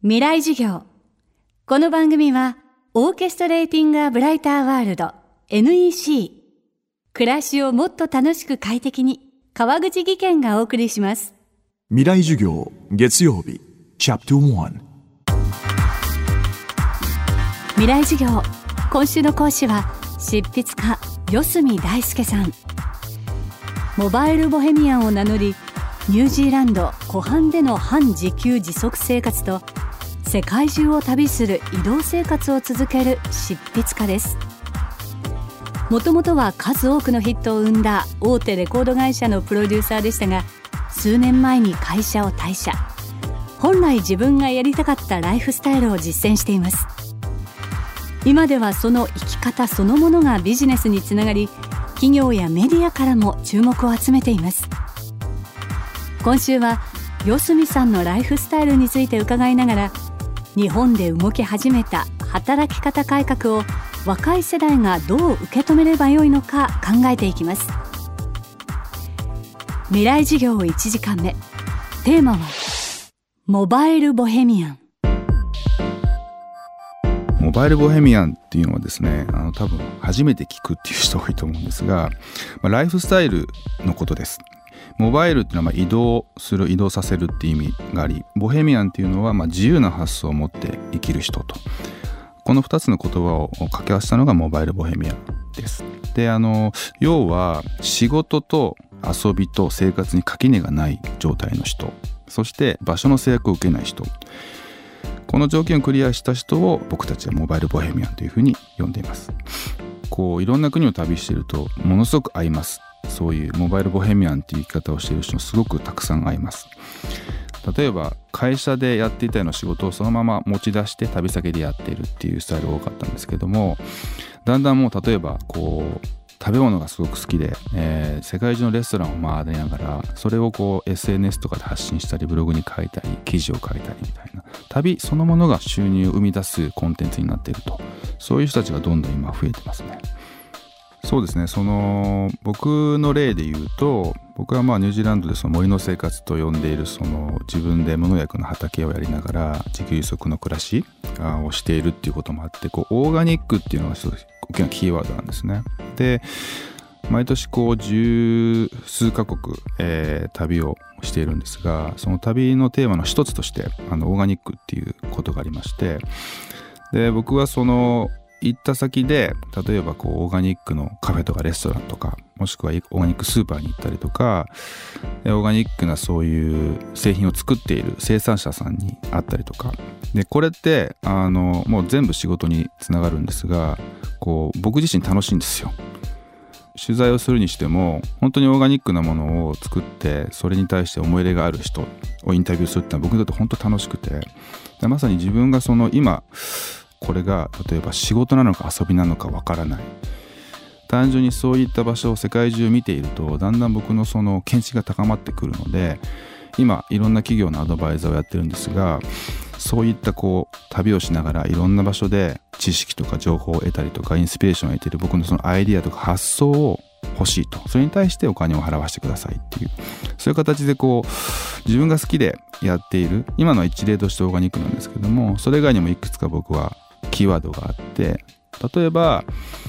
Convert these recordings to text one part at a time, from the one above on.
未来授業。この番組はオーケストレーティングアブライターワールド NEC 暮らしをもっと楽しく快適に川口義賢がお送りします。 未来授業月曜日チャプター1。 未来授業、今週の講師は執筆家四隅大輔さん。モバイルボヘミアンを名乗り、ニュージーランド湖畔での半自給自足生活と世界中を旅する移動生活を続ける執筆家です。もともとは数多くのヒットを生んだ大手レコード会社のプロデューサーでしたが、数年前に会社を退社。本来自分がやりたかったライフスタイルを実践しています。今ではその生き方そのものがビジネスにつながり、企業やメディアからも注目を集めています。今週は四隅さんのライフスタイルについて伺いながら、日本で動き始めた働き方改革を若い世代がどう受け止めればよいのか考えていきます。未来授業1時間目、テーマはモバイルボヘミアン。 モバイルボヘミアンっていうのはですね、多分初めて聞くっていう人多いと思うんですが、ライフスタイルのことです。モバイルっていうのは移動させるっていう意味があり、ボヘミアンっていうのは自由な発想を持って生きる人と、この2つの言葉を掛け合わせたのがモバイルボヘミアンです。で、要は仕事と遊びと生活に垣根がない状態の人、そして場所の制約を受けない人、この条件をクリアした人を僕たちはモバイルボヘミアンというふうに呼んでいます。いろんな国を旅しているとものすごく合います。そういうモバイルボヘミアンっていう生き方をしている人すごくたくさん会います。例えば会社でやっていたような仕事をそのまま持ち出して旅先でやっているっていうスタイルが多かったんですけども、だんだんもう例えば食べ物がすごく好きで、世界中のレストランを回りながらそれをSNS とかで発信したりブログに書いたり記事を書いたりみたいな、旅そのものが収入を生み出すコンテンツになっていると、そういう人たちがどんどん今増えてますね。そうですね、僕の例で言うと、僕はニュージーランドで森の生活と呼んでいる自分で無農薬の畑をやりながら自給自足の暮らしをしているっていうこともあって、オーガニックっていうのがすごい大きなキーワードなんですね。で、毎年十数カ国、旅をしているんですが、その旅のテーマの一つとしてオーガニックっていうことがありまして、で僕は行った先で例えばオーガニックのカフェとかレストランとか、もしくはオーガニックスーパーに行ったりとか、オーガニックなそういう製品を作っている生産者さんに会ったりとかで、これってもう全部仕事につながるんですが、僕自身楽しいんですよ。取材をするにしても本当にオーガニックなものを作って、それに対して思い入れがある人をインタビューするってのは僕にとって本当楽しくて、でまさに自分が今これが例えば仕事なのか遊びなのかわからない、単純にそういった場所を世界中見ていると、だんだん僕の見識が高まってくるので、今いろんな企業のアドバイザーをやってるんですが、そういった旅をしながらいろんな場所で知識とか情報を得たりとかインスピレーションを得ている僕のアイディアとか発想を欲しいと、それに対してお金を払わせてくださいっていう、そういう形で自分が好きでやっている、今のは一例としてオーガニックなんですけども、それ以外にもいくつか僕はキーワードがあって、例えば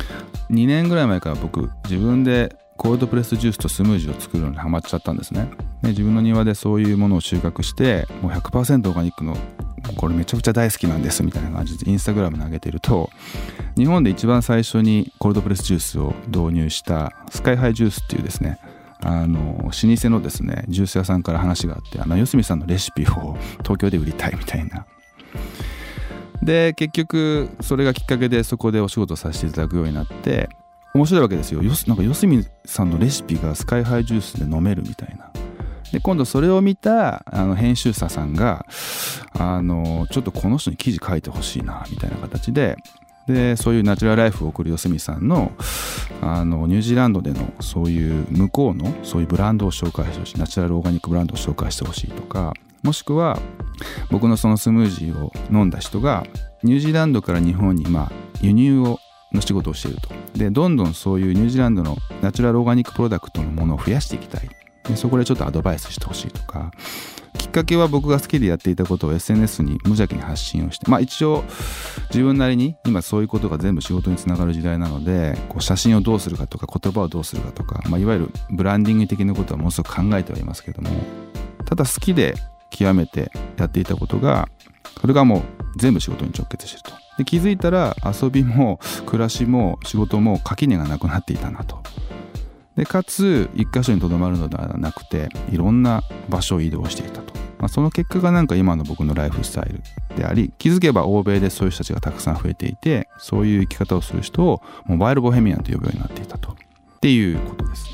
2年ぐらい前から僕自分でコールドプレスジュースとスムージーを作るのにハマっちゃったんですね。で自分の庭でそういうものを収穫して、もう 100% オーガニックのこれめちゃくちゃ大好きなんですみたいな感じでインスタグラムに上げてると、日本で一番最初にコールドプレスジュースを導入したスカイハイジュースっていうですね、老舗のですねジュース屋さんから話があって、四隅さんのレシピを東京で売りたいみたいな。で結局それがきっかけでそこでお仕事させていただくようになって、面白いわけですよ。なんか四隅さんのレシピがスカイハイジュースで飲めるみたいな。で今度それを見た編集者さんがちょっとこの人に記事書いてほしいなみたいな形で、そういうナチュラルライフを送る四隅さんのニュージーランドでのそういう向こうのそういうブランドを紹介してほしい、ナチュラルオーガニックブランドを紹介してほしいとか、もしくは僕のそのスムージーを飲んだ人がニュージーランドから日本に輸入の仕事をしていると。でどんどんそういうニュージーランドのナチュラルオーガニックプロダクトのものを増やしていきたい。でそこでちょっとアドバイスしてほしいとか、 きっかけは僕が好きでやっていたことを SNS に無邪気に発信をして、一応自分なりに今そういうことが全部仕事につながる時代なので、写真をどうするかとか言葉をどうするかとか、いわゆるブランディング的なことはものすごく考えてはいますけども、ただ好きで極めてやっていたことが、それがもう全部仕事に直結していると。で、気づいたら遊びも暮らしも仕事も垣根がなくなっていたなと。でかつ一箇所にとどまるのではなくて、いろんな場所を移動していたと。その結果が今の僕のライフスタイルであり、気づけば欧米でそういう人たちがたくさん増えていて、そういう生き方をする人をモバイルボヘミアンと呼ぶようになっていたとっていうことです。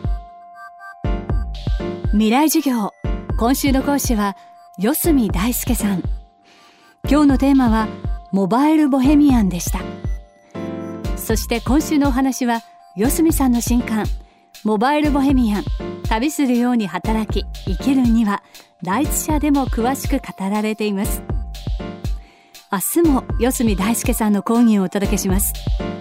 未来授業、今週の講師は四隅大輔さん。今日のテーマはモバイルボヘミアンでした。そして今週のお話は四隅さんの新刊モバイルボヘミアン、旅するように働き生きるには、第一社でも詳しく語られています。明日も四隅大輔さんの講義をお届けします。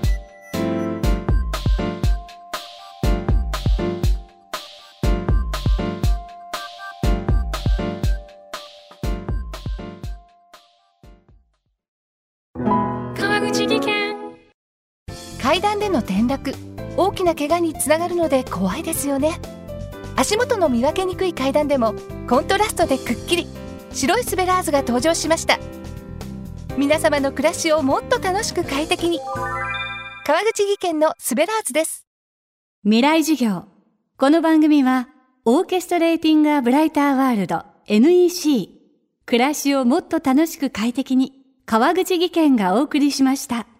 川口技研。階段での転落、大きな怪我につながるので怖いですよね。足元の見分けにくい階段でもコントラストでくっきり白いスベラーズが登場しました。皆様の暮らしをもっと楽しく快適に、川口技研のスベラーズです。 未来授業、この番組はオーケストレーティングアブライターワールド NEC、 暮らしをもっと楽しく快適に、川口技研がお送りしました。